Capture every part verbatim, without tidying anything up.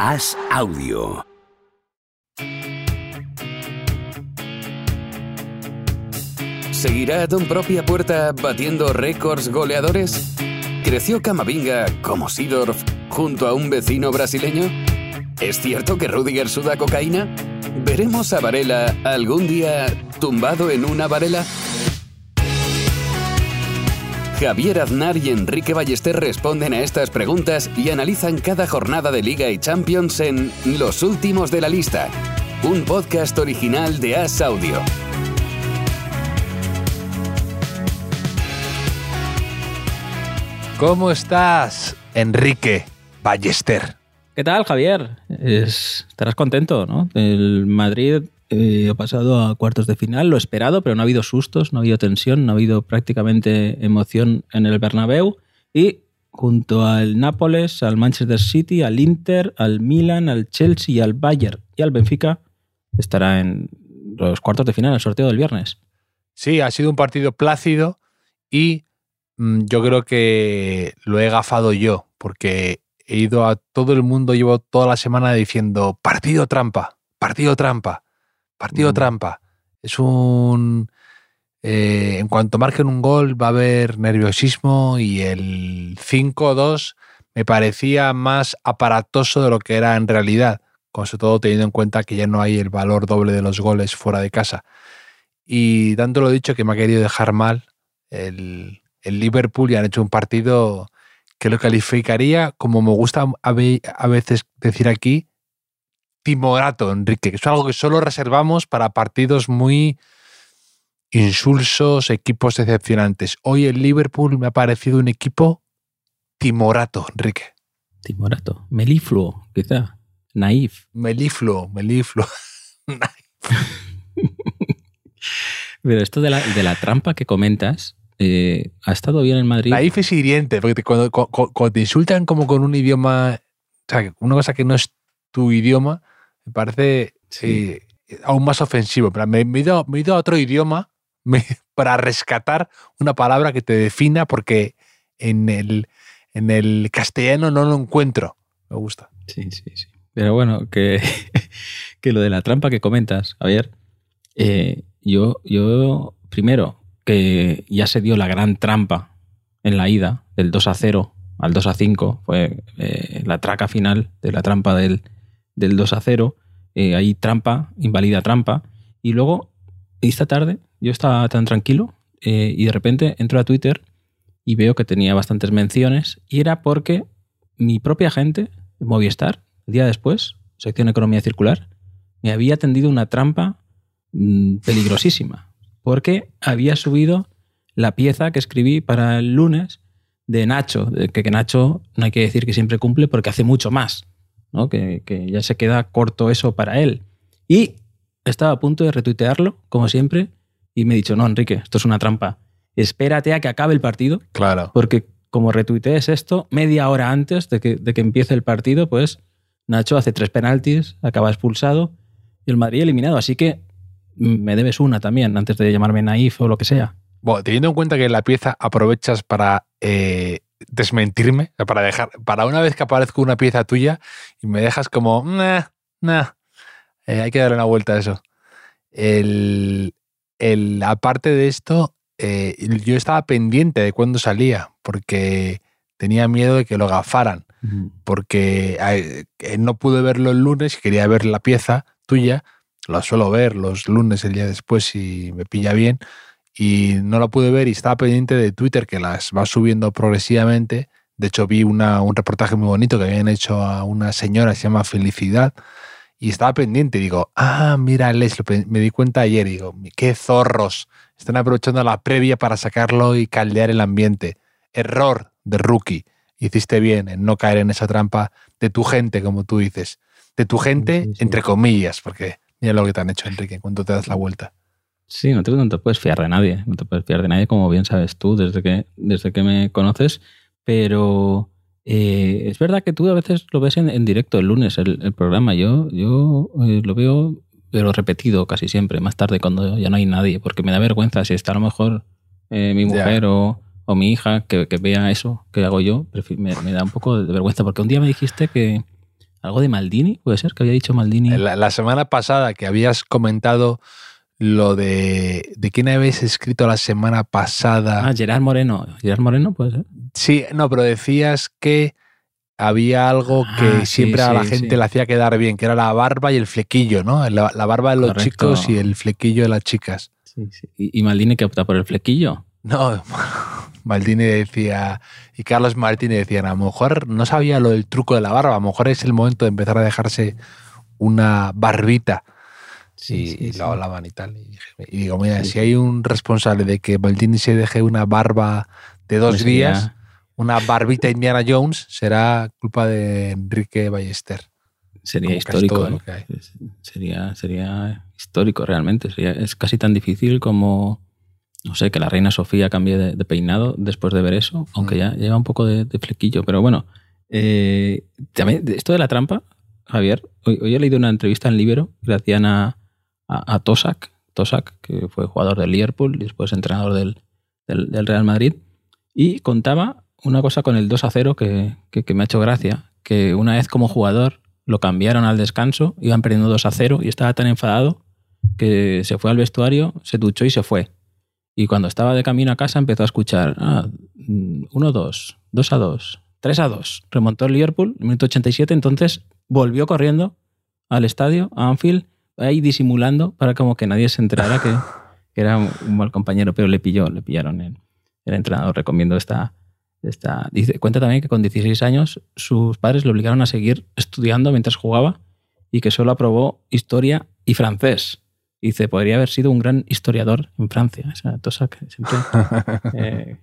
As Audio. ¿Seguirá a Tom propia puerta batiendo récords goleadores? ¿Creció Camavinga como Seedorf junto a un vecino brasileño? ¿Es cierto que Rüdiger suda cocaína? ¿Veremos a Varela algún día tumbado en una varela? Javier Aznar y Enrique Ballester responden a estas preguntas y analizan cada jornada de Liga y Champions en Los Últimos de la Lista, un podcast original de As Audio. ¿Cómo estás, Enrique Ballester? ¿Qué tal, Javier? Es, estarás contento, ¿no? El Madrid eh, ha pasado a cuartos de final, lo esperado, pero no ha habido sustos, no ha habido tensión, no ha habido prácticamente emoción en el Bernabéu. Y junto al Nápoles, al Manchester City, al Inter, al Milan, al Chelsea, al Bayern y al Benfica, estará en los cuartos de final, el sorteo del viernes. Sí, ha sido un partido plácido y mmm, yo creo que lo he gafado yo, porque he ido a todo el mundo, llevo toda la semana diciendo partido trampa, partido trampa, partido mm. trampa. Es un... Eh, en cuanto marquen un gol va a haber nerviosismo y el cinco dos me parecía más aparatoso de lo que era en realidad, sobre todo teniendo en cuenta que ya no hay el valor doble de los goles fuera de casa. Y tanto lo he dicho que me ha querido dejar mal el, el Liverpool y han hecho un partido que lo calificaría, como me gusta a veces decir aquí, timorato, Enrique, que es algo que solo reservamos para partidos muy insulsos, equipos decepcionantes. Hoy el Liverpool me ha parecido un equipo timorato, Enrique. Timorato, melifluo, quizá, naif. Melifluo, melifluo. Pero esto de la, de la trampa que comentas, Eh, ha estado bien en Madrid. Naif es hiriente, porque te, cuando, cuando, cuando te insultan como con un idioma, o sea, una cosa que no es tu idioma, me parece sí. eh, aún más ofensivo. Pero me, me, he ido, me he ido a otro idioma me, para rescatar una palabra que te defina, porque en el, en el castellano no lo encuentro. Me gusta. Sí, sí, sí. Pero bueno, que, que lo de la trampa que comentas, Javier, eh, yo, yo primero... que ya se dio la gran trampa en la ida, del dos a cero al dos a cinco, fue eh, la traca final de la trampa del, del dos a cero, eh, ahí trampa, invalida trampa, y luego esta tarde yo estaba tan tranquilo eh, y de repente entro a Twitter y veo que tenía bastantes menciones y era porque mi propia gente, Movistar, el día después, sección Economía Circular, me había tendido una trampa mmm, peligrosísima. Porque había subido la pieza que escribí para el lunes de Nacho, de que, que Nacho no hay que decir que siempre cumple porque hace mucho más, ¿no? que, que ya se queda corto eso para él. Y estaba a punto de retuitearlo, como siempre, y me he dicho, no, Enrique, esto es una trampa. Espérate a que acabe el partido, claro. Porque como retuitees esto, media hora antes de que, de que empiece el partido, pues Nacho hace tres penaltis, acaba expulsado y el Madrid eliminado. Así que me debes una también, antes de llamarme naif o lo que sea. Bueno, teniendo en cuenta que la pieza aprovechas para eh, desmentirme, para dejar, para una vez que aparezco una pieza tuya y me dejas como, nah, nah, eh, hay que darle una vuelta a eso. El, el, aparte de esto, eh, yo estaba pendiente de cuándo salía, porque tenía miedo de que lo gafaran, uh-huh. porque eh, no pude verlo el lunes y quería ver la pieza tuya. Lo suelo ver los lunes, el día después, si me pilla bien, y no la pude ver y estaba pendiente de Twitter, que las va subiendo progresivamente. De hecho, vi una, un reportaje muy bonito que habían hecho a una señora que se llama Felicidad, y estaba pendiente. Y digo, ah, mira, Les, me di cuenta ayer, y digo, qué zorros, están aprovechando la previa para sacarlo y caldear el ambiente. Error de rookie. Hiciste bien en no caer en esa trampa de tu gente, como tú dices. De tu gente, sí, sí. Entre comillas, porque... mira lo que te han hecho, Enrique, cuando te das la vuelta. Sí, no te, no te puedes fiar de nadie. No te puedes fiar de nadie, como bien sabes tú, desde que, desde que me conoces. Pero eh, es verdad que tú a veces lo ves en, en directo el lunes, el, el programa. Yo, yo eh, lo veo, pero repetido casi siempre, más tarde, cuando ya no hay nadie. Porque me da vergüenza si está a lo mejor eh, mi mujer o, o mi hija que, que vea eso que hago yo. Me, me da un poco de vergüenza. Porque un día me dijiste que ¿Algo de Maldini? ¿Puede ser que había dicho Maldini? La, la semana pasada que habías comentado lo de... ¿De quién habéis escrito la semana pasada? Ah, Gerard Moreno. ¿Gerard Moreno puede ser? Sí, no, pero decías que había algo que Ah, sí, siempre a la sí, gente sí. le hacía quedar bien, que era la barba y el flequillo, ¿no? La, la barba de los Correcto. chicos y el flequillo de las chicas. Sí, sí. ¿Y, y Maldini que opta por el flequillo? No, Maldini decía, y Carlos Martínez decían, a lo mejor no sabía lo del truco de la barba, a lo mejor es el momento de empezar a dejarse una barbita. Sí, y, sí, y sí. lo hablaban y tal. Y, y digo, mira, Sí, si hay un responsable de que Maldini se deje una barba de dos Pues días, sería, una barbita Indiana Jones, será culpa de Enrique Ballester. sería como casi histórico. todo ¿eh? lo que hay. Sería, sería histórico realmente. Sería, es casi tan difícil como, no sé, que la reina Sofía cambie de, de peinado después de ver eso, aunque Mm. ya lleva un poco de, de flequillo. Pero bueno, eh, también esto de la trampa, Javier, hoy, hoy he leído una entrevista en Libero que le hacían a, a, a Tosak, Tosak, que fue jugador del Liverpool y después entrenador del, del, del Real Madrid, y contaba una cosa con el dos a cero que, que, que me ha hecho gracia, que una vez como jugador lo cambiaron al descanso, iban perdiendo dos a cero y estaba tan enfadado que se fue al vestuario, se duchó y se fue. Y cuando estaba de camino a casa empezó a escuchar ah, uno dos, dos a dos, tres a dos. Remontó el Liverpool en el minuto ochenta y siete, entonces volvió corriendo al estadio, a Anfield, ahí disimulando para como que nadie se enterara que, que era un, un mal compañero, pero le pilló, le pillaron el, el entrenador. Recomiendo esta... esta dice, cuenta también que con dieciséis años sus padres le obligaron a seguir estudiando mientras jugaba y que solo aprobó historia y francés. Dice, podría haber sido un gran historiador en Francia. Esa cosa que siempre... eh,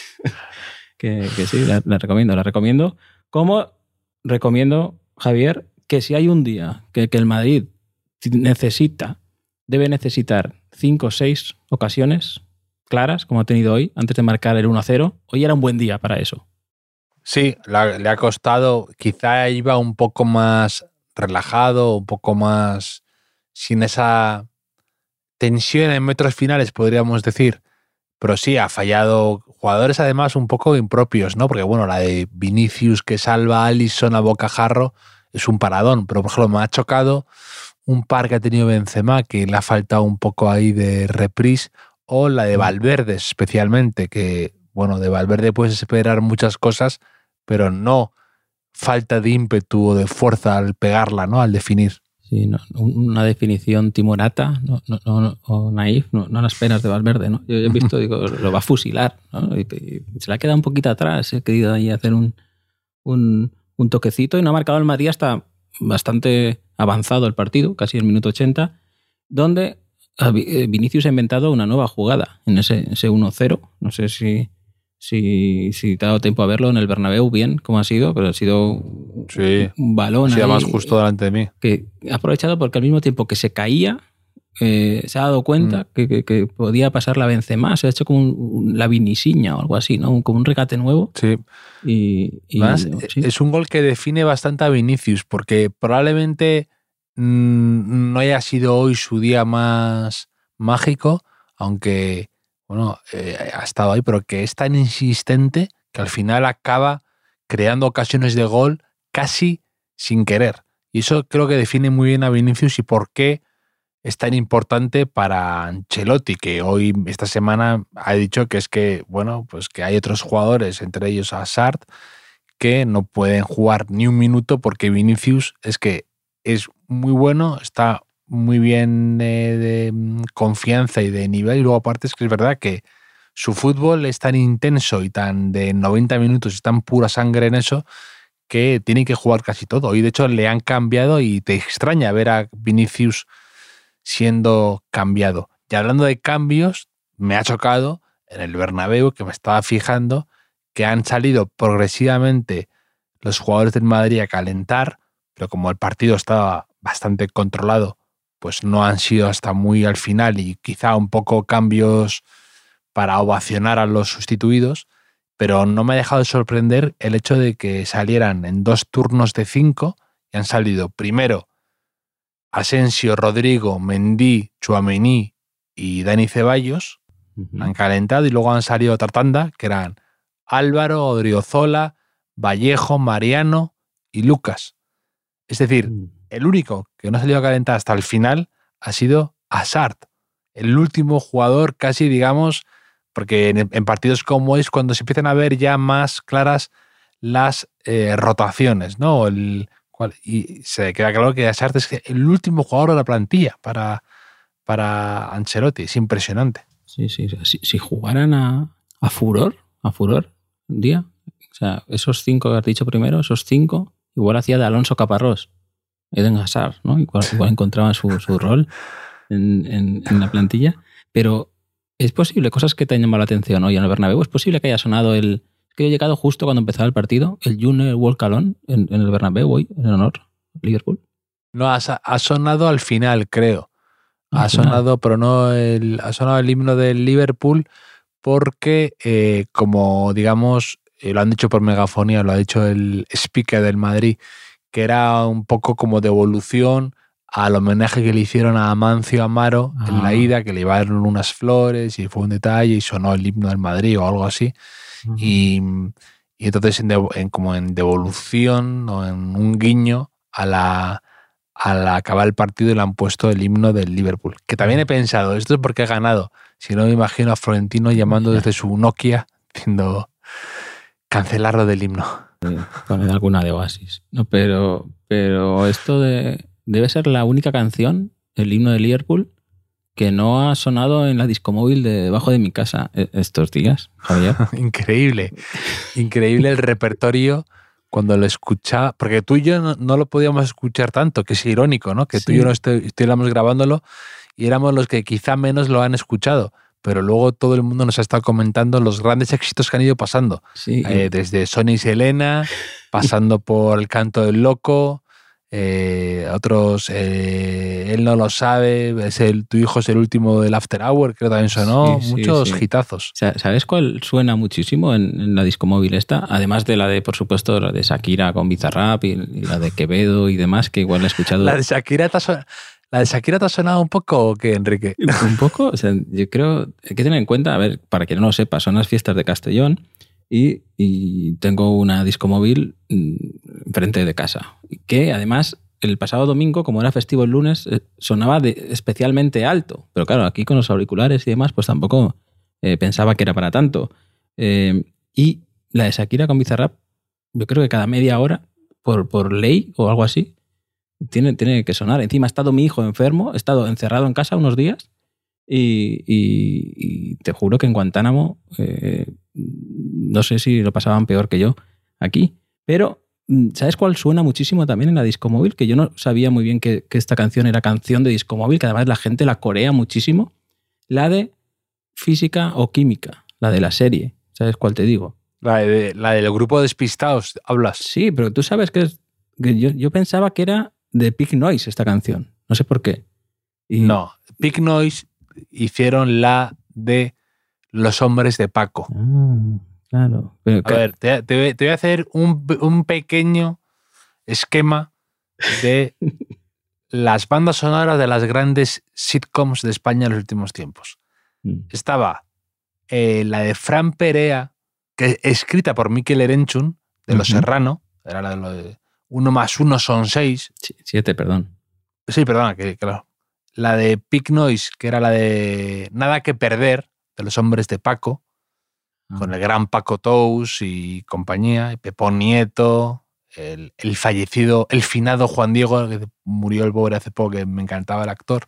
que, que sí, la, la recomiendo. La recomiendo. Como recomiendo, Javier, que si hay un día que, que el Madrid necesita, debe necesitar cinco o seis ocasiones claras, como ha tenido hoy, antes de marcar el uno a cero, hoy era un buen día para eso. Sí, la, le ha costado, quizá iba un poco más relajado, un poco más sin esa tensión en metros finales, podríamos decir, pero sí, ha fallado jugadores además un poco impropios, ¿no? Porque bueno, la de Vinicius que salva a Alisson a bocajarro es un paradón, pero por ejemplo me ha chocado un par que ha tenido Benzema que le ha faltado un poco ahí de reprise, o la de Valverde especialmente, que bueno, de Valverde puedes esperar muchas cosas, pero no falta de ímpetu o de fuerza al pegarla, ¿no? Al definir. Sí, no, una definición timorata no, no, no, o naif, no, no las penas de Valverde, ¿no? Yo he visto, digo, lo va a fusilar, ¿no? Y, y se le ha quedado un poquito atrás, he querido ahí hacer un, un, un toquecito y no ha marcado el Madrid hasta bastante avanzado el partido, casi el minuto ochenta, donde Vinicius ha inventado una nueva jugada en ese, ese uno cero. No sé si, si, si te ha dado tiempo a verlo en el Bernabéu bien, cómo ha sido, pero ha sido sí, un balón sí, ahí además justo delante de mí. Que ha aprovechado porque al mismo tiempo que se caía, eh, se ha dado cuenta mm. que, que, que podía pasar la Benzema, se ha hecho como un, la Viniciña o algo así, ¿no? Como un regate nuevo. Sí. Y, y Además, no, sí. es un gol que define bastante a Vinicius, porque probablemente mmm, no haya sido hoy su día más mágico, aunque bueno, eh, ha estado ahí, pero que es tan insistente que al final acaba creando ocasiones de gol casi sin querer. Y eso creo que define muy bien a Vinicius y por qué es tan importante para Ancelotti, que hoy, esta semana, ha dicho que es que, bueno, pues que hay otros jugadores, entre ellos Hazard, que no pueden jugar ni un minuto porque Vinicius es que es muy bueno, está muy bien de, de confianza y de nivel, y luego aparte es que es verdad que su fútbol es tan intenso y tan de noventa minutos y tan pura sangre en eso que tiene que jugar casi todo. Y de hecho le han cambiado y te extraña ver a Vinicius siendo cambiado. Y hablando de cambios, me ha chocado en el Bernabéu, que me estaba fijando, que han salido progresivamente los jugadores del Madrid a calentar, pero como el partido estaba bastante controlado, pues no han sido hasta muy al final y quizá un poco cambios para ovacionar a los sustituidos, pero no me ha dejado de sorprender el hecho de que salieran en dos turnos de cinco y han salido primero Asensio, Rodrigo, Mendy, Tchouaméni y Dani Ceballos, uh-huh. han calentado y luego han salido otra tanda que eran Álvaro, Odriozola, Vallejo, Mariano y Lucas. Es decir, el único que no ha salido a calentar hasta el final ha sido Hazard, el último jugador casi, digamos, porque en, en partidos como es cuando se empiezan a ver ya más claras las eh, rotaciones, ¿no? El, cual, y se queda claro que Hazard es el último jugador de la plantilla para, para Ancelotti. Es impresionante. Sí, sí. Si, si jugaran a, a furor, a furor, un día, o sea, esos cinco que has dicho primero, esos cinco, igual hacía de Alonso Caparrós, Eden Hazard, ¿no? Igual, igual encontraba su, su rol en, en, en la plantilla. Pero es posible, cosas que te han llamado la atención hoy en el Bernabéu, es posible que haya sonado el... Es que he llegado justo cuando empezaba el partido, el Junior Walk Alone en, en el Bernabéu hoy, en honor a Liverpool. No, ha, ha sonado al final, creo. Ha sonado, pero no el, ha sonado el himno del Liverpool porque, eh, como digamos, eh, lo han dicho por megafonía, lo ha dicho el speaker del Madrid, que era un poco como devolución al homenaje que le hicieron a Amancio Amaro ah. en la ida, que le llevaron unas flores y fue un detalle y sonó el himno del Madrid o algo así. Uh-huh. Y, y entonces, en, de, en, como en devolución o en un guiño a la... al acabar el partido le han puesto el himno del Liverpool. Que también he pensado, esto es porque he ganado. Si no, me imagino a Florentino llamando desde su Nokia diciendo cancelarlo del himno. Sí, poner alguna de Oasis. No, pero, pero esto de, debe ser la única canción, el himno de Liverpool, que no ha sonado en la discomóvil de debajo de mi casa estos días, Javier. Increíble. Increíble el repertorio. Cuando lo escuchaba, porque tú y yo no, no lo podíamos escuchar tanto, que es irónico, ¿no? Que sí. Tú y yo no estuviéramos grabándolo y éramos los que quizá menos lo han escuchado, pero luego todo el mundo nos ha estado comentando los grandes éxitos que han ido pasando. Sí. Eh, desde Sonia y Selena, pasando por El Canto del Loco, eh, otros, eh, Él no lo sabe, es el, Tu hijo es el último del After Hour, creo que también sonó, sí, muchos sí, sí. hitazos. ¿Sabes cuál suena muchísimo en, en la discomóvil esta? Además de la de, por supuesto, la de Shakira con Bizarrap y, y la de Quevedo y demás, que igual he escuchado. La de Shakira te ha sonado, ¿la de Shakira te ha sonado un poco o qué, Enrique? Un poco, o sea, yo creo, hay que tener en cuenta, a ver, para quien no lo sepa, son las fiestas de Castellón y, y tengo una discomóvil enfrente de casa, que además el pasado domingo, como era festivo el lunes, sonaba de especialmente alto, pero claro, aquí con los auriculares y demás, pues tampoco eh, pensaba que era para tanto. Eh, y la de Shakira con Bizarrap, yo creo que cada media hora, por, por ley o algo así, tiene, tiene que sonar. Encima ha estado mi hijo enfermo, he estado encerrado en casa unos días y, y, y te juro que en Guantánamo eh, no sé si lo pasaban peor que yo aquí, pero ¿sabes cuál suena muchísimo también en la discomóvil? Que yo no sabía muy bien que, que esta canción era canción de discomóvil, que además la gente la corea muchísimo. La de Física o Química, la de la serie. ¿Sabes cuál te digo? La, de, la del grupo Despistados, hablas. Sí, pero tú sabes que, es, que yo, yo pensaba que era de Pig Noise esta canción. No sé por qué. Y... No, Pig Noise hicieron la de Los Hombres de Paco. Ah. Claro. Pero, a ver, te, te, te voy a hacer un, un pequeño esquema de las bandas sonoras de las grandes sitcoms de España en los últimos tiempos. Mm. Estaba eh, la de Fran Perea, que escrita por Mikel Erenchun, de uh-huh. Los Serrano, era la de, lo de uno más uno son seis. Sí, siete, perdón. Sí, perdona, que claro. La de Pig Noise, que era la de Nada que perder, de Los Hombres de Paco, con el gran Paco Tous y compañía, y Pepón Nieto, el, el fallecido, el finado Juan Diego, que murió el pobre hace poco, que me encantaba el actor.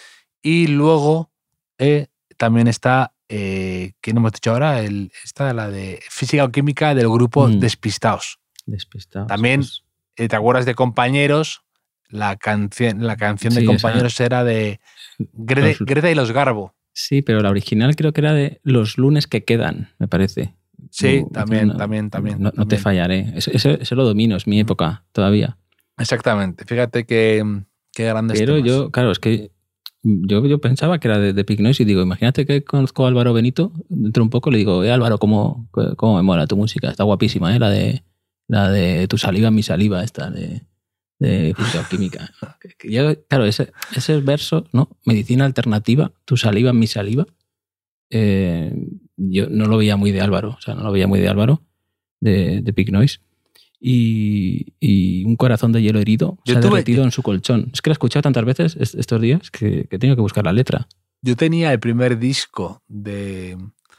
Y luego eh, también está, eh, ¿quién hemos dicho ahora? El, está la de Física o Química del grupo mm. Despistados. Despistados. También, pues... eh, ¿te acuerdas de Compañeros? La, canción la canción de sí, Compañeros esa... era de Greta, los... Greta y los Garbo. Sí, pero la original creo que era de Los lunes que quedan, me parece. Sí, no, también, no, también, también. No, no también. te fallaré. Eso, eso, eso lo domino, es mi época todavía. Exactamente. Fíjate qué, qué grandes Pero temas. yo, claro, es que yo, yo pensaba que era de, de Pig Noise y digo, imagínate que conozco a Álvaro Benito, dentro un poco le digo, eh, Álvaro, ¿cómo, cómo me mola tu música? Está guapísima, ¿eh? La de, la de Tu saliva, mi saliva, esta de... de física o química. Yo, claro, ese, ese verso, ¿no? Medicina alternativa, tu saliva, mi saliva. Eh, yo no lo veía muy de Álvaro, o sea, no lo veía muy de Álvaro, de, de Pig Noise. y, y un corazón de hielo herido Yo se ha tuve- derretido en su colchón. Es que lo he escuchado tantas veces est- estos días que, que he tenido que buscar la letra. Yo tenía el primer disco de,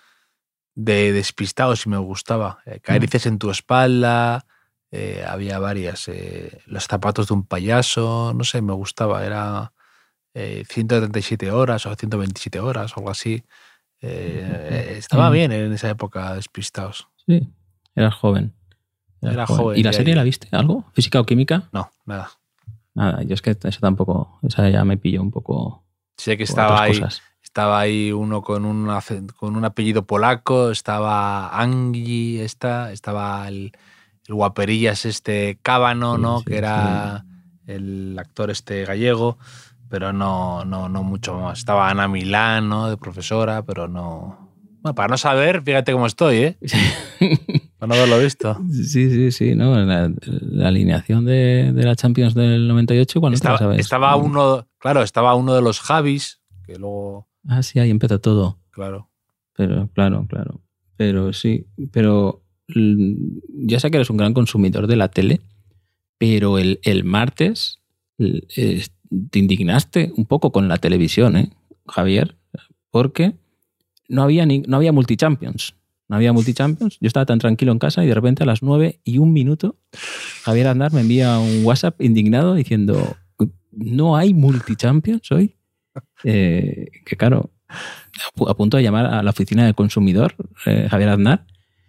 de Despistados y me gustaba. Eh, Caricias en tu espalda, eh, había varias. Eh, Los zapatos de un payaso, no sé, me gustaba. Era eh, ciento treinta y siete horas o ciento veintisiete horas o algo así. Eh, estaba Mm. bien en esa época Despistados. Sí, eras joven. Eras Era joven, ¿Y la ya, serie ya. la viste? ¿Algo? ¿Física o química? No, nada. Nada, yo es que eso tampoco, esa ya me pilló un poco Sé que con estaba otras ahí, cosas. estaba ahí uno con un, acen- con un apellido polaco, estaba Angie, esta, estaba el, el guaperillas este Cábano, Sí, ¿no? sí, que era el actor este gallego, pero no, no, no mucho más. Estaba Ana Milán, ¿no? De profesora, pero no... Bueno, para no saber, fíjate cómo estoy, ¿eh? Para no haberlo visto. Sí, sí, sí, ¿no? La, la alineación de, de la Champions del noventa y ocho, igual no te la Estaba, sabes. estaba uno, claro, estaba uno de los Javis, que luego, Ah, sí, ahí empieza todo. claro. Pero, claro, claro. Pero sí, pero mm, ya sé que eres un gran consumidor de la tele, pero el, el martes l- eh, te indignaste un poco con la televisión, ¿eh, Javier? Porque no había, ni, no había multichampions. No había multichampions. Yo estaba tan tranquilo en casa y de repente a las nueve y un minuto Javier Aznar me envía un WhatsApp indignado diciendo ¿no hay multichampions hoy? Eh, que claro, a pu- a punto de llamar a la oficina del consumidor, eh, Javier Aznar,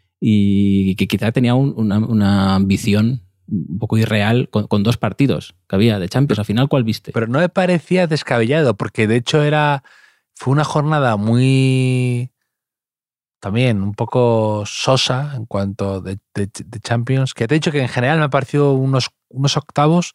y que quizá tenía un- una, una ambición un poco irreal con, con dos partidos que había de Champions. Al final, ¿cuál viste? Pero no me parecía descabellado, porque de hecho era. Fue una jornada muy. También un poco sosa en cuanto de, de, de Champions. Que te he dicho que en general me ha parecido unos, unos octavos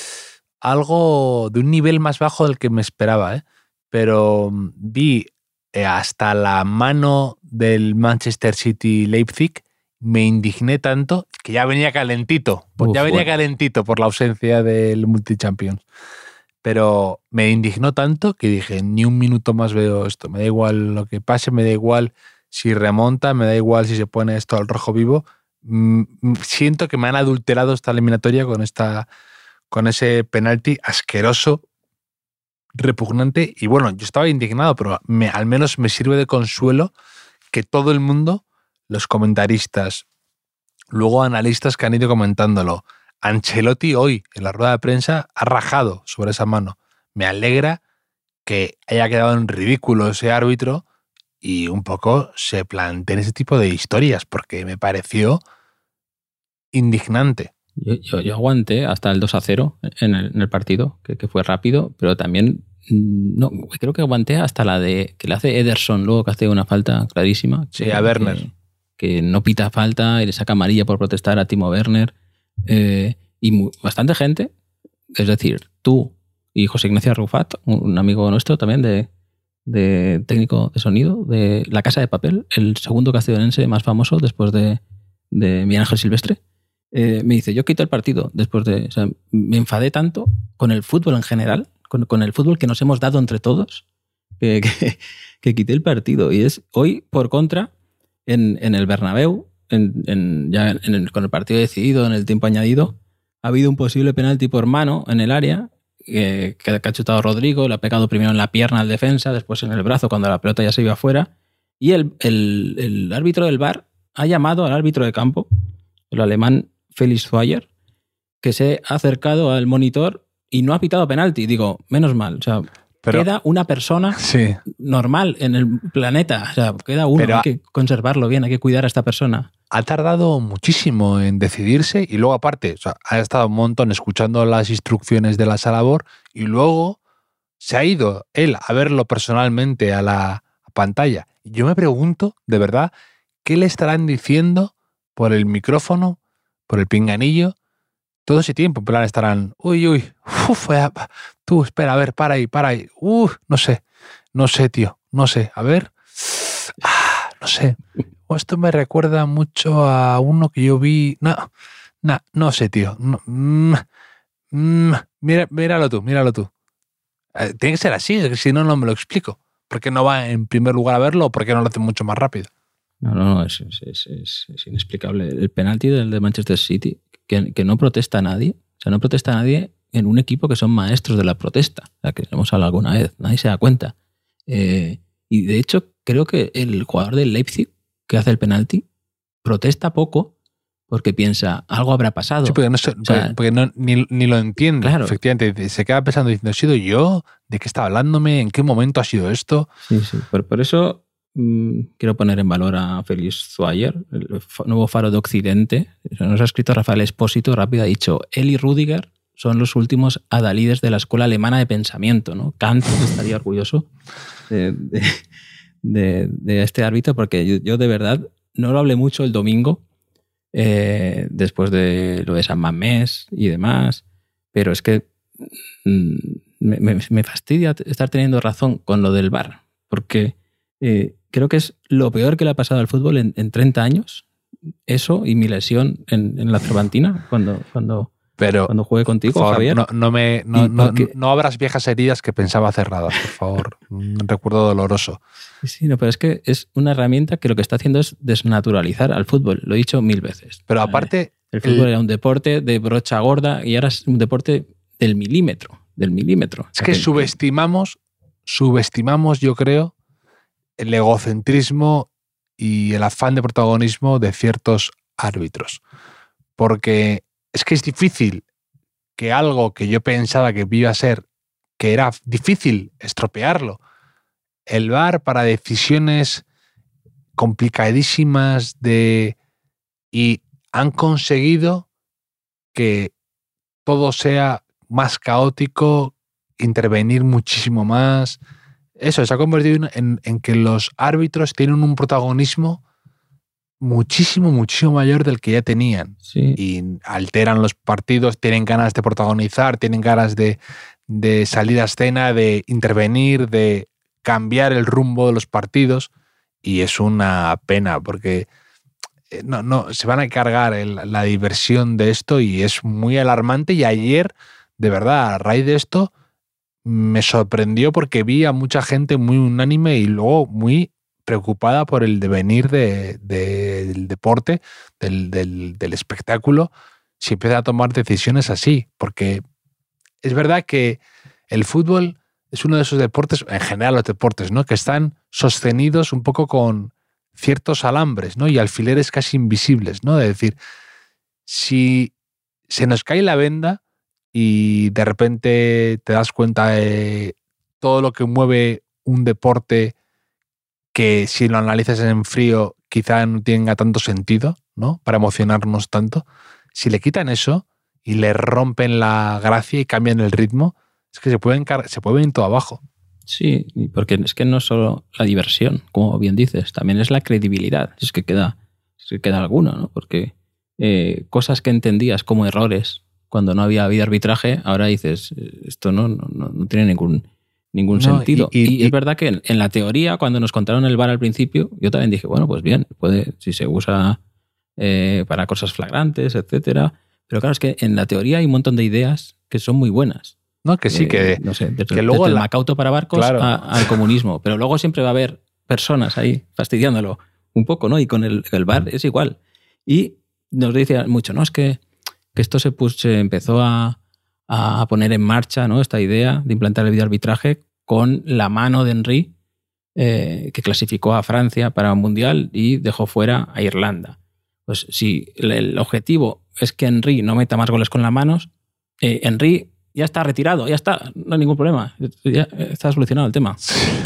algo de un nivel más bajo del que me esperaba, ¿eh? Pero mm, vi eh, hasta la mano del Manchester City Leipzig, me indigné tanto que ya venía calentito. Pues Uf, ya venía bueno. calentito por la ausencia del Multichampions. Pero me indignó tanto que dije, ni un minuto más veo esto. Me da igual lo que pase, me da igual si remonta, me da igual si se pone esto al rojo vivo. Mm, mm, Siento que me han adulterado esta eliminatoria con, esta, con ese penalti asqueroso, repugnante. Y bueno, yo estaba indignado, pero me, al menos me sirve de consuelo que todo el mundo, los comentaristas, luego analistas que han ido comentándolo, Ancelotti hoy en la rueda de prensa ha rajado sobre esa mano. Me alegra que haya quedado en ridículo ese árbitro y un poco se planteen ese tipo de historias, porque me pareció indignante. Yo, yo, yo aguanté hasta el dos a cero en el, en el partido, que, que fue rápido, pero también mm, no, creo que aguanté hasta la de que le hace Ederson, luego que hace una falta clarísima. Sí, que, a Werner. Que, que no pita falta y le saca amarilla por protestar a Timo Werner. Eh, y mu- bastante gente, es decir, tú y José Ignacio Arrufat, un amigo nuestro también de, de técnico de sonido de La Casa de Papel, el segundo castellonense más famoso después de, de Miguel Ángel Silvestre, eh, me dice, yo quito el partido después de... O sea, me enfadé tanto con el fútbol en general, con, con el fútbol que nos hemos dado entre todos, que, que, que quité el partido. Y es hoy, por contra, en, en el Bernabéu, en, en, ya en el, con el partido decidido, en el tiempo añadido, ha habido un posible penalti por mano en el área, eh, que ha chutado Rodrigo, le ha pegado primero en la pierna al defensa, después en el brazo cuando la pelota ya se iba afuera, y el, el, el árbitro del V A R ha llamado al árbitro de campo, el alemán Felix Zweier, que se ha acercado al monitor y no ha pitado penalti. Digo, menos mal, o sea, Pero, queda una persona sí, normal en el planeta, o sea, queda uno, Pero- hay que conservarlo bien, hay que cuidar a esta persona. ha tardado muchísimo en decidirse y luego aparte, o sea, ha estado un montón escuchando las instrucciones de la sala V A R y luego se ha ido él a verlo personalmente a la pantalla. Y yo me pregunto, de verdad, ¿qué le estarán diciendo por el micrófono, por el pinganillo, todo ese tiempo? En plan estarán, uy, uy, uf, eh, tú, espera, a ver, para ahí, para ahí, uf, no sé, no sé, tío, no sé, a ver, ah, no sé. Esto me recuerda mucho a uno que yo vi. No, no, no sé, tío. No, mm, mm, mira, míralo tú, míralo tú. Eh, tiene que ser así, es que si no, no me lo explico. ¿Por qué no va en primer lugar a verlo o por qué no lo hace mucho más rápido? No, no, no, es, es, es, es inexplicable. El penalti del de Manchester City, que, que no protesta a nadie. O sea, no protesta a nadie en un equipo que son maestros de la protesta. O sea, que hemos hablado alguna vez. Nadie se da cuenta. Eh, y de hecho, creo que el jugador del Leipzig que hace el penalti protesta poco porque piensa, algo habrá pasado. Sí, porque, no, o sea, porque no, ni, ni lo entiende. Claro. Efectivamente, se queda pensando, diciendo, ¿he sido yo? ¿De qué estaba hablándome? ¿En qué momento ha sido esto? Sí, sí. Por, por eso mmm, quiero poner en valor a Félix Zuayer, el nuevo faro de Occidente. Nos ha escrito Rafael Espósito, rápido, ha dicho, él y Rüdiger son los últimos adalides de la escuela alemana de pensamiento, ¿no? Kant estaría orgulloso de, de, de, de este árbitro, porque yo, yo de verdad no lo hablé mucho el domingo, eh, después de lo de San Mamés y demás, pero es que mm, me, me, me fastidia estar teniendo razón con lo del V A R, porque eh, creo que es lo peor que le ha pasado al fútbol en, en treinta años, eso y mi lesión en, en la Cervantina, cuando... cuando Pero, cuando juegue contigo, por favor, Javier. No, no, me, no, no, porque... no abras viejas heridas que pensaba cerradas, por favor. Un recuerdo doloroso. Sí, no, pero es que es una herramienta que lo que está haciendo es desnaturalizar al fútbol. Lo he dicho mil veces. Pero aparte... El fútbol el... era un deporte de brocha gorda y ahora es un deporte del milímetro. Del milímetro. Es que subestimamos, subestimamos, yo creo, el egocentrismo y el afán de protagonismo de ciertos árbitros. Porque... es que es difícil que algo que yo pensaba que iba a ser, que era difícil estropearlo, el V A R para decisiones complicadísimas de y han conseguido que todo sea más caótico, intervenir muchísimo más. Eso se ha convertido en, en que los árbitros tienen un protagonismo muchísimo, muchísimo mayor del que ya tenían. Sí. Y alteran los partidos, tienen ganas de protagonizar, tienen ganas de, de salir a escena, de intervenir, de cambiar el rumbo de los partidos, y es una pena porque no, no, se van a cargar el, la diversión de esto y es muy alarmante. Y ayer, de verdad, a raíz de esto, me sorprendió porque vi a mucha gente muy unánime y luego muy preocupada por el devenir de, de, del deporte, del, del, del espectáculo, si empieza a tomar decisiones así. Porque es verdad que el fútbol es uno de esos deportes, en general los deportes, ¿no?, que están sostenidos un poco con ciertos alambres, ¿no?, y alfileres casi invisibles, ¿no? Es decir, si se nos cae la venda y de repente te das cuenta de todo lo que mueve un deporte que si lo analizas en frío quizá no tenga tanto sentido, ¿no?, para emocionarnos tanto, si le quitan eso y le rompen la gracia y cambian el ritmo, es que se pueden se puede venir todo abajo. Sí, porque es que no es solo la diversión, como bien dices, también es la credibilidad, es que queda, es que queda alguna, ¿no? Porque eh, cosas que entendías como errores cuando no había habido arbitraje, ahora dices, esto no, no, no tiene ningún, ningún no, sentido. Y, y, y es verdad que en, en la teoría, cuando nos contaron el V A R al principio, yo también dije, bueno, pues bien, puede, si se usa eh, para cosas flagrantes, etcétera. Pero claro, es que en la teoría hay un montón de ideas que son muy buenas. No, que sí, que, eh, no sé, desde, que luego desde la... el Macauto para barcos claro. a, al comunismo. Pero luego siempre va a haber personas ahí fastidiándolo un poco, ¿no? Y con el, el V A R es igual. Y nos dice mucho, ¿no? Es que, que esto se, puso, se empezó a, a poner en marcha, ¿no?, esta idea de implantar el videoarbitraje con la mano de Henry, eh, que clasificó a Francia para un mundial y dejó fuera a Irlanda. Pues si el, el objetivo es que Henry no meta más goles con las manos, eh, Henry ya está retirado, ya está, no hay ningún problema, ya está solucionado el tema.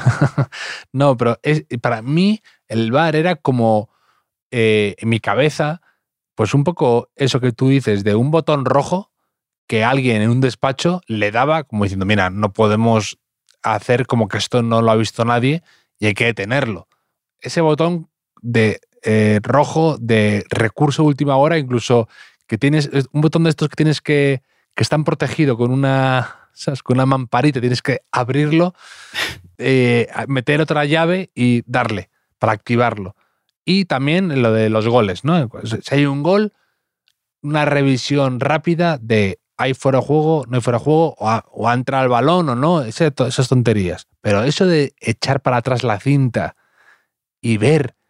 No, pero es, para mí el V A R era como, eh, en mi cabeza, pues un poco eso que tú dices, de un botón rojo que alguien en un despacho le daba como diciendo, mira, no podemos hacer como que esto no lo ha visto nadie y hay que detenerlo. Ese botón de eh, rojo de recurso de última hora, incluso que tienes un botón de estos que tienes que que están protegidos con una, ¿sabes?, con una mamparita, tienes que abrirlo, eh, meter otra llave y darle para activarlo. Y también lo de los goles, ¿no? Si hay un gol, una revisión rápida de hay fuera de juego, no hay fuera de juego, o ha, o ha entrado el balón o no, ese, esas tonterías. Pero eso de echar para atrás la cinta y ver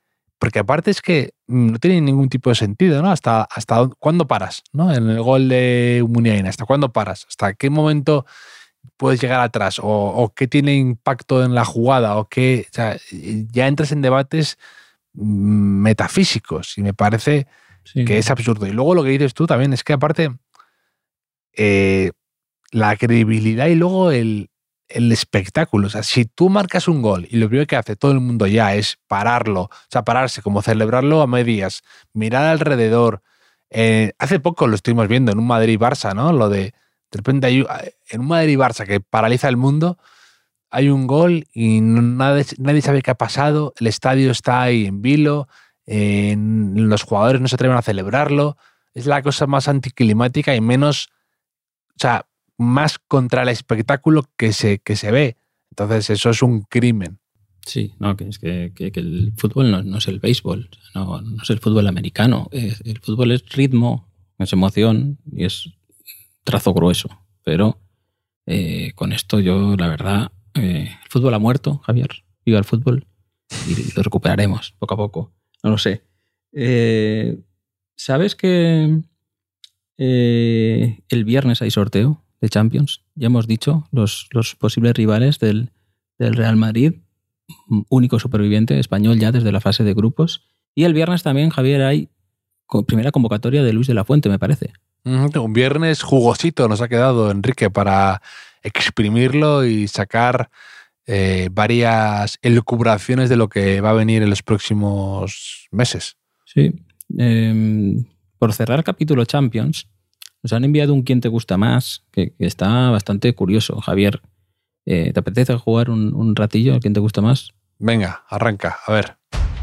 porque aparte es que no tiene ningún tipo de sentido, ¿no? Hasta, hasta cuándo paras, ¿no? En el gol de Muniain, ¿hasta cuándo paras? ¿Hasta qué momento puedes llegar atrás? ¿O, o qué tiene impacto en la jugada? ¿O qué? O sea, ya entras en debates metafísicos y me parece sí. que es absurdo. Y luego lo que dices tú también es que aparte eh, la credibilidad y luego el, el espectáculo. O sea, si tú marcas un gol y lo primero que hace todo el mundo ya es pararlo, o sea, pararse, como celebrarlo a medias, mirar alrededor. Eh, hace poco lo estuvimos viendo en un Madrid-Barça, ¿no? Lo de, de repente hay, en un Madrid-Barça que paraliza el mundo, hay un gol y nadie, nadie sabe qué ha pasado, el estadio está ahí en vilo, eh, los jugadores no se atreven a celebrarlo, es la cosa más anticlimática y menos, o sea, más contra el espectáculo que se, que se ve. Entonces eso es un crimen. Sí, no, que es que, que, que el fútbol no, no es el béisbol, no, no es el fútbol americano. El fútbol es ritmo, es emoción y es trazo grueso. Pero eh, con esto yo, la verdad, eh, el fútbol ha muerto, Javier. Viva el fútbol y lo recuperaremos poco a poco. No lo sé. Eh, ¿Sabes que eh, el viernes hay sorteo de Champions? Ya hemos dicho los, los posibles rivales del, del Real Madrid, único superviviente español ya desde la fase de grupos. Y el viernes también, Javier, hay primera convocatoria de Luis de la Fuente, me parece. Un viernes jugosito nos ha quedado, Enrique, para exprimirlo y sacar eh, varias elucubraciones de lo que va a venir en los próximos meses. Sí. Eh, por cerrar el capítulo Champions, nos han enviado un ¿Quién te gusta más? Que, que está bastante curioso, Javier. Eh, ¿Te apetece jugar un, un ratillo? ¿Quién te gusta más? Venga, arranca, a ver.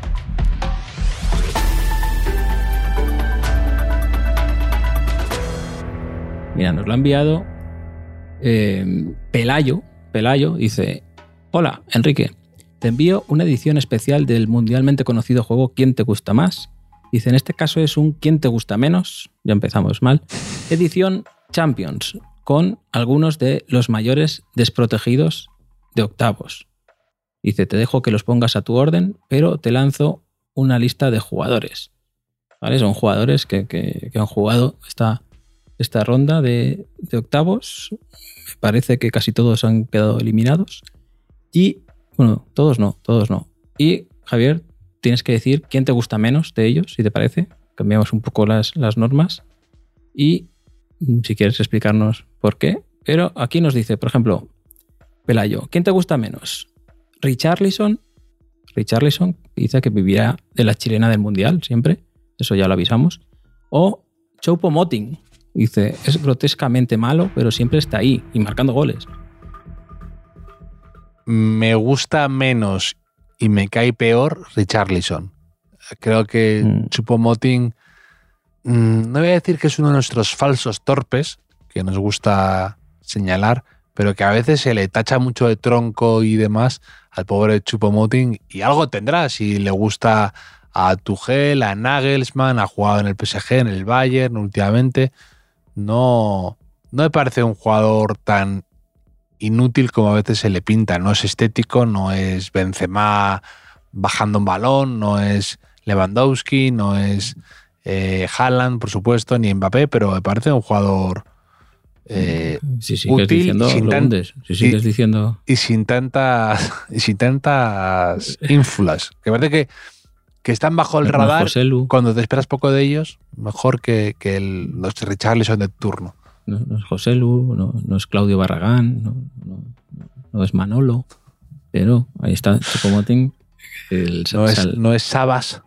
Mira, nos lo ha enviado eh, Pelayo. Pelayo dice: hola, Enrique, te envío una edición especial del mundialmente conocido juego ¿Quién te gusta más? Dice, en este caso es un ¿Quién te gusta menos? Ya empezamos mal. Edición Champions, con algunos de los mayores desprotegidos de octavos. Dice, te dejo que los pongas a tu orden, pero te lanzo una lista de jugadores. ¿Vale? Son jugadores que, que, que han jugado esta, esta ronda de, de octavos. Me parece que casi todos han quedado eliminados. Y, bueno, todos no, todos no. Y, Javier, tienes que decir quién te gusta menos de ellos, si te parece. Cambiamos un poco las, las normas. Y si quieres explicarnos por qué. Pero aquí nos dice, por ejemplo, Pelayo, ¿quién te gusta menos? Richarlison. Richarlison dice que vivirá de la chilena del Mundial siempre. Eso ya lo avisamos. O Choupo-Moting. Dice, es grotescamente malo, pero siempre está ahí y marcando goles. Me gusta menos y me cae peor Richarlison. Creo que mm. Choupo-Moting, mmm, no voy a decir que es uno de nuestros falsos torpes, que nos gusta señalar, pero que a veces se le tacha mucho de tronco y demás al pobre Choupo-Moting, y algo tendrá si le gusta a Tuchel, a Nagelsmann, ha jugado en el P S G, en el Bayern últimamente. No, no me parece un jugador tan inútil como a veces se le pinta. No es estético, no es Benzema bajando un balón, no es Lewandowski, no es eh, Haaland, por supuesto, ni Mbappé, pero me parece un jugador eh, si sigues útil diciendo, y sin, tan, si sigues y, diciendo... y sin tantas y sin tantas ínfulas. Que parece que, que están bajo el radar cuando te esperas poco de ellos, mejor que, que el, los Richarlison de turno. No, no es José Lu, no, no es Claudio Barragán, no, no, no es Manolo, pero ahí está Choupo-Moting. El, no, es, sal... no es Sabas.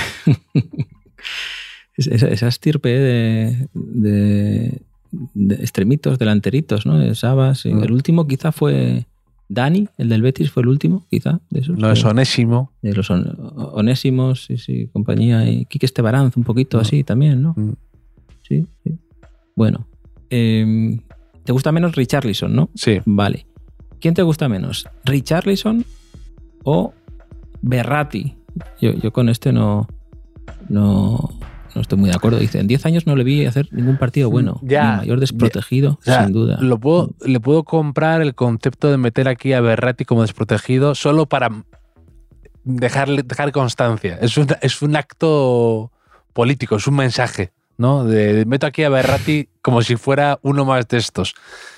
esa, esa estirpe de, de, de extremitos, delanteritos, ¿no? De Sabas. Mm. El último quizá fue Dani, el del Betis fue el último, quizá. De esos, no es Onésimo. De los on, Onésimos, sí, sí, compañía. Y Quique Estebaranz, un poquito no. así también, ¿no? Mm. Sí, sí. Bueno. Eh, ¿Te gusta menos Richarlison, no? Sí. Vale. ¿Quién te gusta menos? ¿Richarlison o Verratti? Yo, yo con este no, no, no estoy muy de acuerdo. Dice, en diez años no le vi hacer ningún partido bueno. Ya, el mayor desprotegido, ya, sin duda. Lo puedo, le puedo comprar el concepto de meter aquí a Verratti como desprotegido solo para dejar, dejar constancia. Es un, es un acto político, es un mensaje, ¿no? De, de meto aquí a Verratti como si fuera uno más de estos.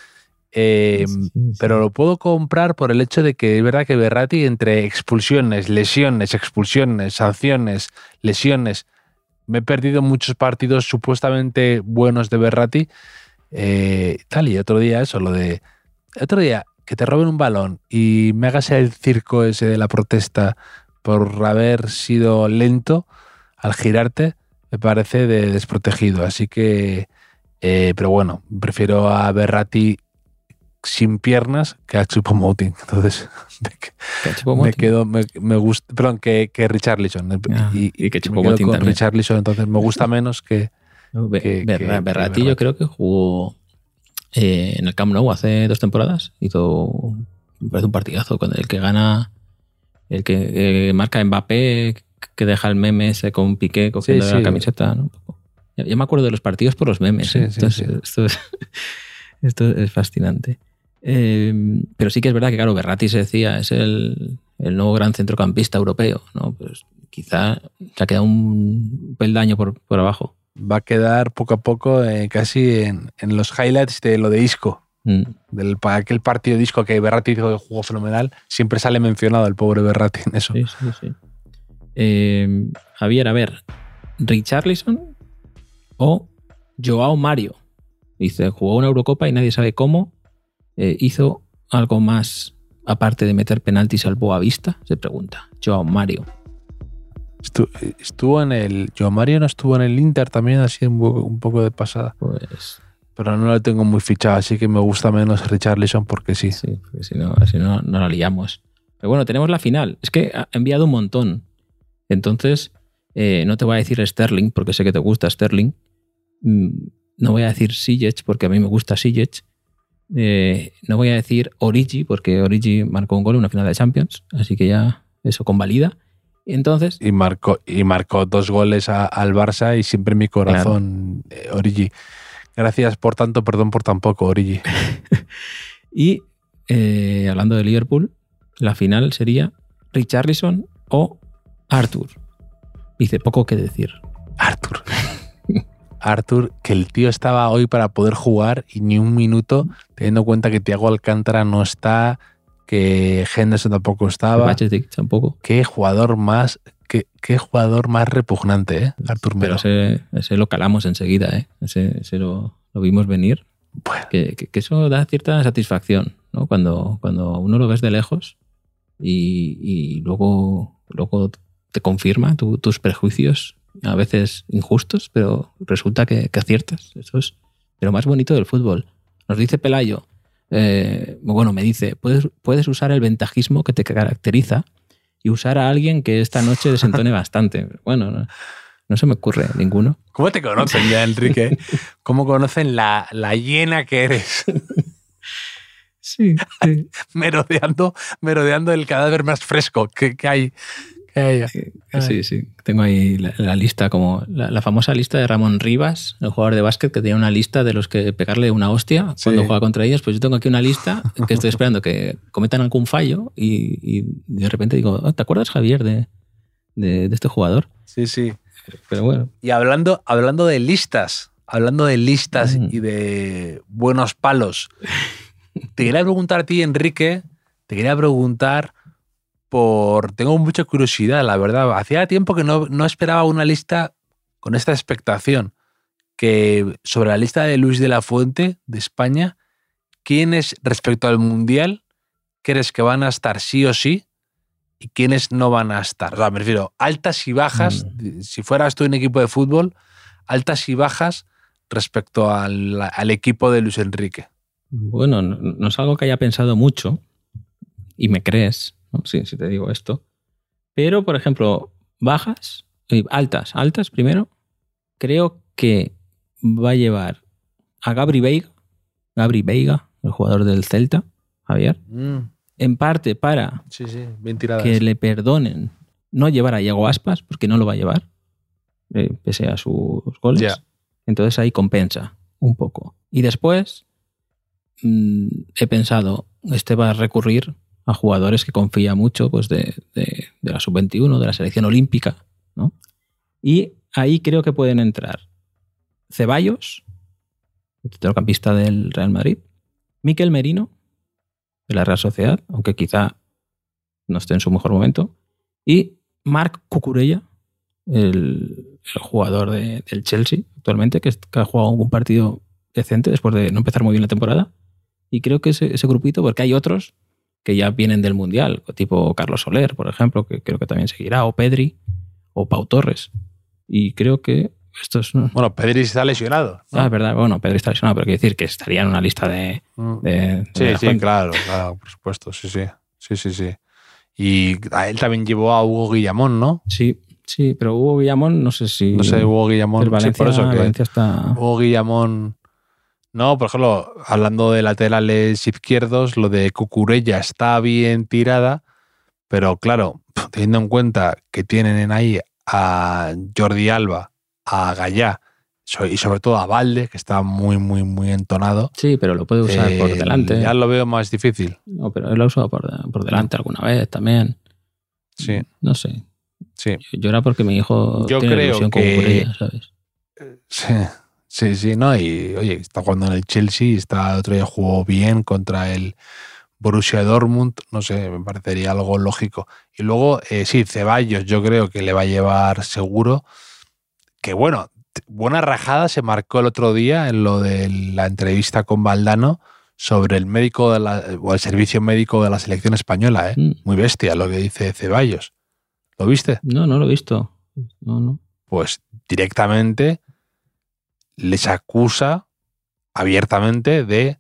Eh, sí, sí. Pero lo puedo comprar por el hecho de que es verdad que Verratti, entre expulsiones, lesiones, expulsiones, sanciones, lesiones, me he perdido muchos partidos supuestamente buenos de Verratti. Eh, tal, y otro día eso, lo de... Otro día que te roben un balón y me hagas el circo ese de la protesta por haber sido lento al girarte, me parece de desprotegido. Así que... Eh, pero bueno, prefiero a Verratti sin piernas que a Choupo-Moting. Entonces me, me quedo, me, me gusta, perdón, que, que Richarlison. Ah, y, y que Choupo-Moting con también. Richarlison, entonces me gusta menos que, no, Be, que, Ber, que Verratti. Que yo creo que jugó eh, en el Camp Nou hace dos temporadas. Hizo, me parece un partidazo con el que gana, el que eh, marca Mbappé, que deja el meme ese con Piqué cogiendo sí, sí. la camiseta, ¿no? Ya, ya me acuerdo de los partidos por los memes. Sí, ¿eh? sí, Entonces, sí. Esto, es, esto es fascinante. Eh, pero sí que es verdad que, claro, Verratti se decía, es el, el nuevo gran centrocampista europeo, ¿no? Pues quizá se ha quedado un peldaño por, por abajo. Va a quedar poco a poco eh, casi en, en los highlights de lo de Isco. Mm. Del, aquel partido de Isco que Verratti dijo que jugó fenomenal, siempre sale mencionado el pobre Verratti en eso. Sí, sí, sí. Eh, Javier, a ver, Richarlison o Joao Mario. Dice, jugó una Eurocopa y nadie sabe cómo. Eh, ¿Hizo algo más aparte de meter penaltis al Boavista? Se pregunta. Joao Mario. Estuvo, estuvo en el... Joao Mario no estuvo en el Inter también, así un poco, un poco de pasada. Pues... Pero no lo tengo muy fichado, así que me gusta menos Richarlison porque sí. Sí, porque si no, si no, no la liamos. Pero bueno, tenemos la final. Es que ha enviado un montón. Entonces, eh, no te voy a decir Sterling, porque sé que te gusta Sterling. No voy a decir Sijic, porque a mí me gusta Sijic. Eh, no voy a decir Origi, porque Origi marcó un gol en una final de Champions, así que ya eso convalida. Entonces, y marcó, y marcó dos goles a, al Barça y siempre en mi corazón, claro. eh, Origi. Gracias por tanto, perdón por tan poco, Origi. Y eh, hablando de Liverpool, la final sería Richarlison o Arthur. Dice, poco que decir. Arthur. Arthur, que el tío estaba hoy para poder jugar y ni un minuto, teniendo en cuenta que Thiago Alcántara no está, que Henderson tampoco estaba. Bachetic tampoco. Qué jugador más, qué, qué jugador más repugnante, ¿eh? Arthur Melo. Pero ese, ese lo calamos enseguida, ¿eh? Ese, ese lo, lo vimos venir. Bueno. Que, que, que eso da cierta satisfacción, ¿no? Cuando, cuando uno lo ves de lejos y, y luego, luego te confirma tu, tus prejuicios, a veces injustos, pero resulta que, que aciertas. Eso es de lo más bonito del fútbol. Nos dice Pelayo, eh, bueno, me dice, puedes, puedes usar el ventajismo que te caracteriza y usar a alguien que esta noche desentone bastante. Bueno, no, no se me ocurre ninguno. ¿Cómo te conocen ya, Enrique? ¿Cómo conocen la, la hiena que eres? Sí, sí. merodeando, merodeando el cadáver más fresco que, que hay. Eh, sí, sí. Tengo ahí la, la lista, como la, la famosa lista de Ramón Rivas, el jugador de básquet, que tenía una lista de los que pegarle una hostia sí. cuando juega contra ellos. Pues yo tengo aquí una lista que estoy esperando que cometan algún fallo y, y de repente digo, oh, ¿te acuerdas, Javier, de, de, de este jugador? Sí, sí. Pero, pero bueno. Y hablando, hablando de listas, hablando de listas mm. y de buenos palos, te quería preguntar a ti, Enrique, te quería preguntar... Por, tengo mucha curiosidad, la verdad. Hacía tiempo que no, no esperaba una lista con esta expectación. Que sobre la lista de Luis de la Fuente de España, ¿quiénes respecto al Mundial crees que van a estar sí o sí y quiénes no van a estar? O sea, me refiero, altas y bajas, mm. si fueras tú en equipo de fútbol, altas y bajas respecto al, al equipo de Luis Enrique. Bueno, no, no es algo que haya pensado mucho y me crees. ¿no? Sí, si te digo esto. Pero, por ejemplo, bajas, altas, altas primero, creo que va a llevar a Gabri Veiga, Gabri Veiga, el jugador del Celta, Javier, mm. en parte para sí, sí, bien tiradas. Que le perdonen no llevar a Iago Aspas, porque no lo va a llevar, eh, pese a sus goles. Yeah. Entonces ahí compensa un poco. Y después mmm, he pensado, este va a recurrir a jugadores que confía mucho pues de, de, de la sub veintiuno, de la selección olímpica, ¿no? Y ahí creo que pueden entrar Ceballos, el centrocampista del Real Madrid, Mikel Merino, de la Real Sociedad, aunque quizá no esté en su mejor momento, y Marc Cucurella, el, el jugador de, del Chelsea actualmente, que, que ha jugado un partido decente después de no empezar muy bien la temporada. Y creo que ese, ese grupito, porque hay otros que ya vienen del Mundial, tipo Carlos Soler, por ejemplo, que creo que también seguirá, o Pedri, o Pau Torres. Y creo que esto es... Bueno, Pedri está lesionado, ¿no? Ah, es verdad, bueno, Pedri está lesionado, pero quiere decir que estaría en una lista de... de, sí, de sí, claro, claro, por supuesto, sí, sí, sí, sí, sí. Y a él también llevó a Hugo Guillamón, ¿no? Sí, sí, pero Hugo Guillamón, no sé si... No sé, Hugo Guillamón, Valencia, sí, por eso que Valencia está... Hugo Guillamón... No, por ejemplo, hablando de laterales izquierdos, lo de Cucurella está bien tirada, pero claro, teniendo en cuenta que tienen ahí a Jordi Alba, a Gallá y sobre todo a Valde, que está muy, muy, muy entonado. Sí, pero lo puede usar eh, por delante. Ya lo veo más difícil. No, pero él lo ha usado por, por delante alguna vez también. Sí. No sé. Sí. Yo, yo era porque mi hijo yo tiene creo ilusión que... con Cucurella, ¿sabes? Sí. Sí, sí, no, y oye, está jugando en el Chelsea, está, otro día jugó bien contra el Borussia Dortmund, no sé, me parecería algo lógico. Y luego, eh, sí, Ceballos yo creo que le va a llevar seguro, que bueno, buena rajada se marcó el otro día en lo de la entrevista con Valdano sobre el médico de la, o el servicio médico de la selección española, ¿eh? Mm. Muy bestia lo que dice Ceballos. ¿Lo viste? No, no lo he visto. No, no. Pues directamente... les acusa abiertamente de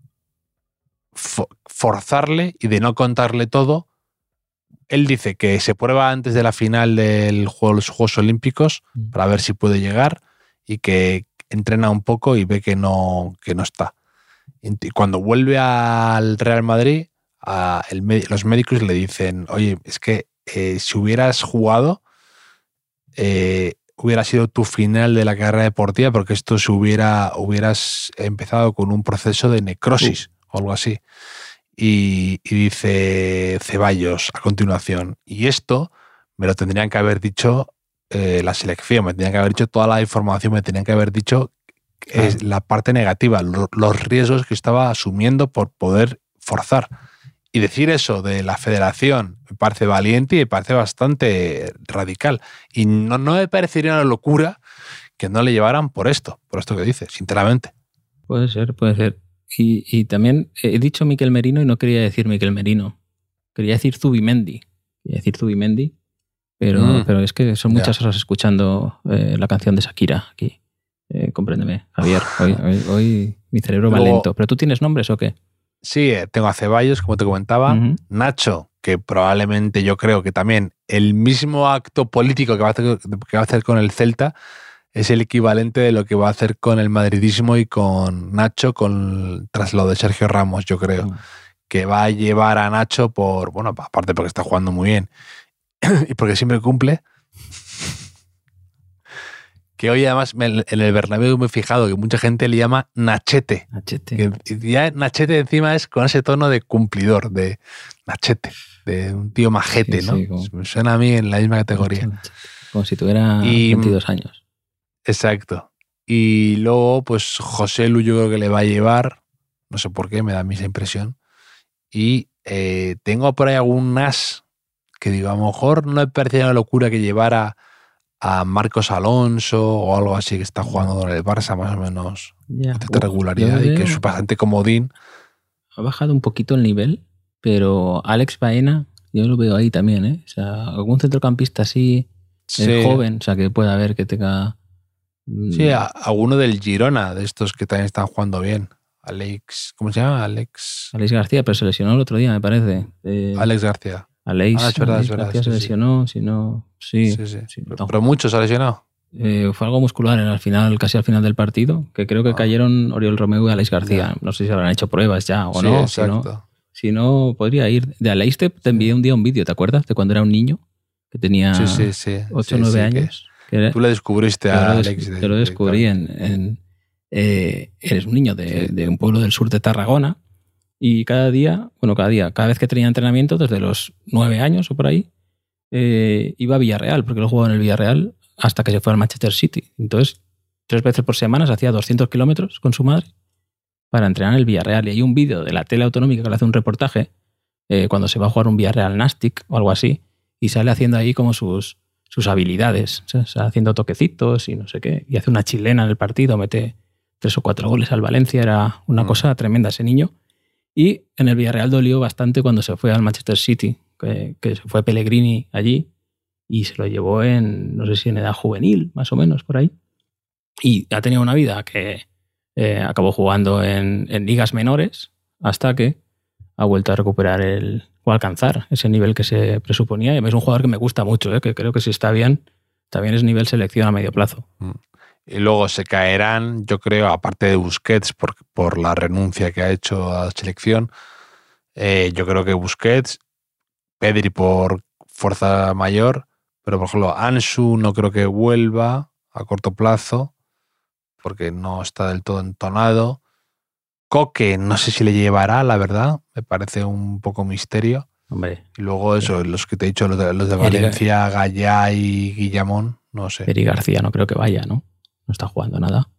forzarle y de no contarle todo. Él dice que se prueba antes de la final de los Juegos Olímpicos para ver si puede llegar y que entrena un poco y ve que no, que no está. Y cuando vuelve al Real Madrid, a el, los médicos le dicen, oye, es que eh, si hubieras jugado... Eh, hubiera sido tu final de la carrera deportiva porque esto se hubiera hubieras empezado con un proceso de necrosis uh. o algo así. Y, y dice Ceballos a continuación, y esto me lo tendrían que haber dicho eh, la selección, me tendrían que haber dicho toda la información, me tendrían que haber dicho claro. es la parte negativa, lo, los riesgos que estaba asumiendo por poder forzar. Y decir eso de la federación me parece valiente y me parece bastante radical. Y no, no me parecería una locura que no le llevaran por esto, por esto que dice, sinceramente. Puede ser, puede ser. Y, y también he dicho Mikel Merino y no quería decir Mikel Merino. Quería decir Zubimendi. Quería decir Zubimendi, pero, mm. pero es que son muchas yeah. horas escuchando eh, la canción de Shakira aquí. Eh, compréndeme, Javier. Hoy, hoy, hoy mi cerebro va Luego, lento. ¿Pero tú tienes nombres o qué? Sí, tengo a Ceballos, como te comentaba, uh-huh. Nacho, que probablemente yo creo que también el mismo acto político que va a hacer, que va a hacer con el Celta es el equivalente de lo que va a hacer con el madridismo y con Nacho con, tras lo de Sergio Ramos, yo creo. Uh-huh. Que va a llevar a Nacho por, bueno, aparte porque está jugando muy bien y porque siempre cumple. Que hoy además en el Bernabéu me he fijado que mucha gente le llama Nachete. Nachete. Que ya Nachete encima es con ese tono de cumplidor, de Nachete, de un tío majete, sí, ¿no? Sí, como... Me suena a mí en la misma categoría. Nachete. Como si tuviera y, veintidós años. Exacto. Y luego, pues José Lu yo creo que le va a llevar, no sé por qué, me da a mí esa impresión. Y eh, tengo por ahí algún as que digo, a lo mejor no me parecía una locura que llevara a Marcos Alonso o algo así que está jugando con el Barça más o menos yeah. con cierta regularidad y que es bastante comodín. Ha bajado un poquito el nivel, pero Alex Baena yo lo veo ahí también, ¿eh? O sea, algún centrocampista así sí. joven, o sea, que pueda haber que tenga... Sí, a, a uno del Girona, de estos que también están jugando bien. Alex, ¿cómo se llama? Alex... Alex García, pero se lesionó el otro día, me parece. Eh... Alex García. Alex, ah, es verdad, Alex es verdad, García sí, se lesionó, sí. si no... Sí, sí, sí. sí pero, pero mucho se ha lesionado. Eh, fue algo muscular al final, casi al final del partido, que creo que ah. cayeron Oriol Romeu y Alex García. Yeah. No sé si habrán hecho pruebas ya o sí, no. Exacto. Si no, si no, podría ir. De Alex te, te envié un día un vídeo, ¿te acuerdas? De cuando era un niño, que tenía sí, sí, sí. ocho o sí, nueve sí, años. Que que era, tú le descubriste a te Alex. Te de, lo descubrí de, en... en eh, eres un niño de, de un pueblo del sur de Tarragona Y cada día, bueno, cada día, cada vez que tenía entrenamiento, desde los nueve años o por ahí, eh, iba a Villarreal, porque lo jugaba en el Villarreal hasta que se fue al Manchester City. Entonces, tres veces por semana se hacía doscientos kilómetros con su madre para entrenar en el Villarreal. Y hay un vídeo de la tele autonómica que le hace un reportaje eh, cuando se va a jugar un Villarreal Nastic o algo así, y sale haciendo ahí como sus, sus habilidades, ¿sabes? Haciendo toquecitos y no sé qué, y hace una chilena en el partido, mete tres o cuatro goles al Valencia, era una mm. cosa tremenda ese niño. Y en el Villarreal dolió bastante cuando se fue al Manchester City, que, que se fue Pellegrini allí y se lo llevó en, no sé si en edad juvenil, más o menos, por ahí. Y ha tenido una vida que eh, acabó jugando en, en ligas menores hasta que ha vuelto a recuperar el, o alcanzar ese nivel que se presuponía. Y es un jugador que me gusta mucho, ¿eh? Que creo que si está bien, también es nivel selección a medio plazo. Mm. Y luego se caerán, yo creo, aparte de Busquets, por, por la renuncia que ha hecho a la selección, eh, yo creo que Busquets, Pedri por fuerza mayor, pero por ejemplo Ansu no creo que vuelva a corto plazo, porque no está del todo entonado. Coque, no sé si le llevará, la verdad, me parece un poco misterio. Hombre. Y luego eso, los que te he dicho, los de, los de Valencia, Gallá y Guillamón, no sé. Eri García no creo que vaya, ¿no? No está jugando nada.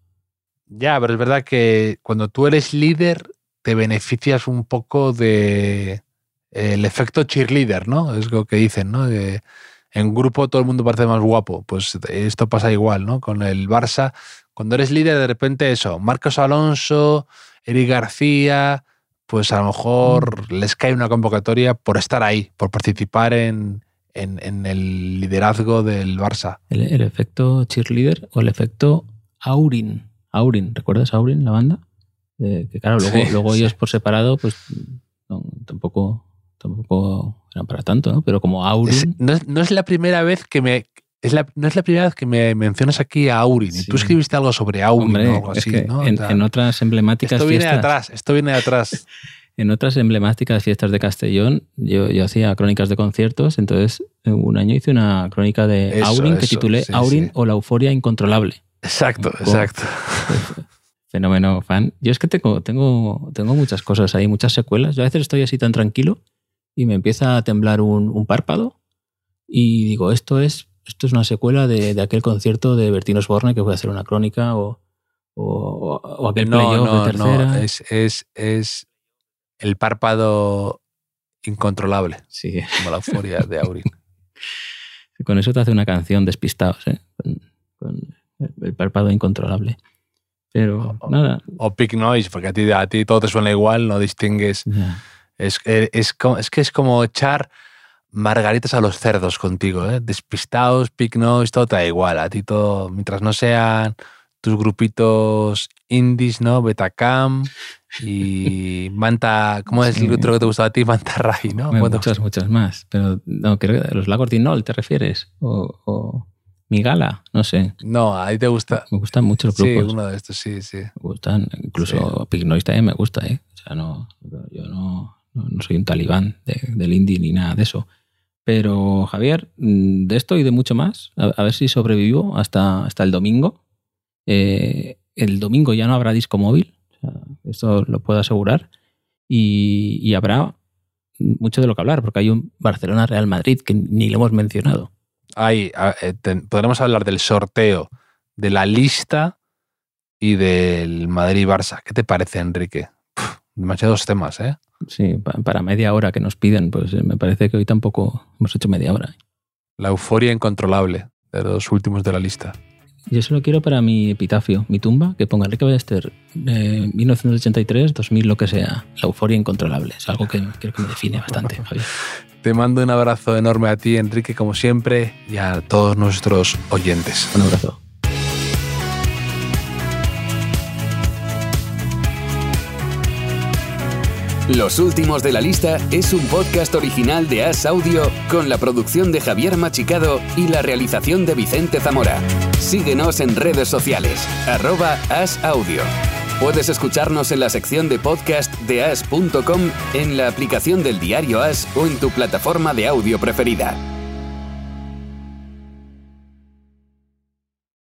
Ya, pero es verdad que cuando tú eres líder te beneficias un poco de el efecto cheerleader, ¿no? Es lo que dicen, ¿no? De, en grupo todo el mundo parece más guapo. Pues esto pasa igual, ¿no? Con el Barça, cuando eres líder de repente eso, Marcos Alonso, Eric García, pues a lo mejor mm. les cae una convocatoria por estar ahí, por participar en, en, en el liderazgo del Barça. ¿El, el efecto cheerleader o el efecto Aurin? Aurin, ¿recuerdas Aurin, la banda? Eh, que claro, luego, sí, luego sí. ellos por separado, pues no, tampoco, tampoco eran para tanto, ¿no? Pero como Aurin... Es, no, es, no es la primera vez que me... Es la, no es la primera vez que me mencionas aquí a Aurin. Sí. Y tú escribiste algo sobre Aurin, Hombre, o algo así, es que ¿no? En, o sea, en otras emblemáticas esto viene fiestas... de atrás, esto viene de atrás. En otras emblemáticas fiestas de Castellón, yo, yo hacía crónicas de conciertos, entonces un año hice una crónica de eso, Aurin que eso, titulé sí, Aurin sí. o la euforia incontrolable. Exacto, oh, exacto. Fenómeno fan. Yo es que tengo, tengo, tengo muchas cosas ahí, muchas secuelas. Yo a veces estoy así tan tranquilo y me empieza a temblar un, un párpado y digo, esto es, esto es una secuela de, de aquel concierto de Bertín Osborne que fue a hacer una crónica o, o, o aquel no, playoff no, de tercera. No, es, es, es el párpado incontrolable. Sí. Como la euforia de Aurin. Con eso te hace una canción Despistados, ¿eh? Con, con el párpado incontrolable. Pero o, nada. O Pig Noise, porque a ti, a ti todo te suena igual, no distingues. Yeah. Es, es, es, es que es como echar margaritas a los cerdos contigo, ¿eh? Despistados, Pig Noise, todo te da igual. A ti todo, mientras no sean tus grupitos indies, ¿no? Betacam y Manta, ¿cómo es sí. el otro que te gustaba a ti? Manta Ray, ¿no? Bueno, muchas, muchas más. Pero no, creo que los Lagos Dinol, ¿te refieres? O... o... Migala, no sé. No, ahí te gusta. Me gustan mucho los grupos. Sí, uno de estos, sí, sí. Me gustan, incluso sí. Pig Noise también me gusta, ¿eh? O sea, no, yo no, no soy un talibán de, del indie ni nada de eso. Pero, Javier, de esto y de mucho más, a, a ver si sobrevivo hasta, hasta el domingo. Eh, el domingo ya no habrá disco móvil, o sea, esto lo puedo asegurar, y, y habrá mucho de lo que hablar, porque hay un Barcelona-Real Madrid que ni lo hemos mencionado. Hay, podremos hablar del sorteo, de la lista y del Madrid-Barça. ¿Qué te parece, Enrique? Uf, demasiados temas, ¿eh? Sí, para media hora que nos piden, pues me parece que hoy tampoco hemos hecho media hora. La euforia incontrolable de los últimos de la lista. Yo solo quiero para mi epitafio, mi tumba, que ponga Enrique Ballester eh, mil novecientos ochenta y tres, dos mil, lo que sea. La euforia incontrolable. Es algo que creo que me define bastante, Javier. Te mando un abrazo enorme a ti, Enrique, como siempre, y a todos nuestros oyentes. Un abrazo. Los últimos de la lista es un podcast original de As Audio con la producción de Javier Machicado y la realización de Vicente Zamora. Síguenos en redes sociales, arroba As Audio. Puedes escucharnos en la sección de podcast de as punto com, en la aplicación del diario As o en tu plataforma de audio preferida.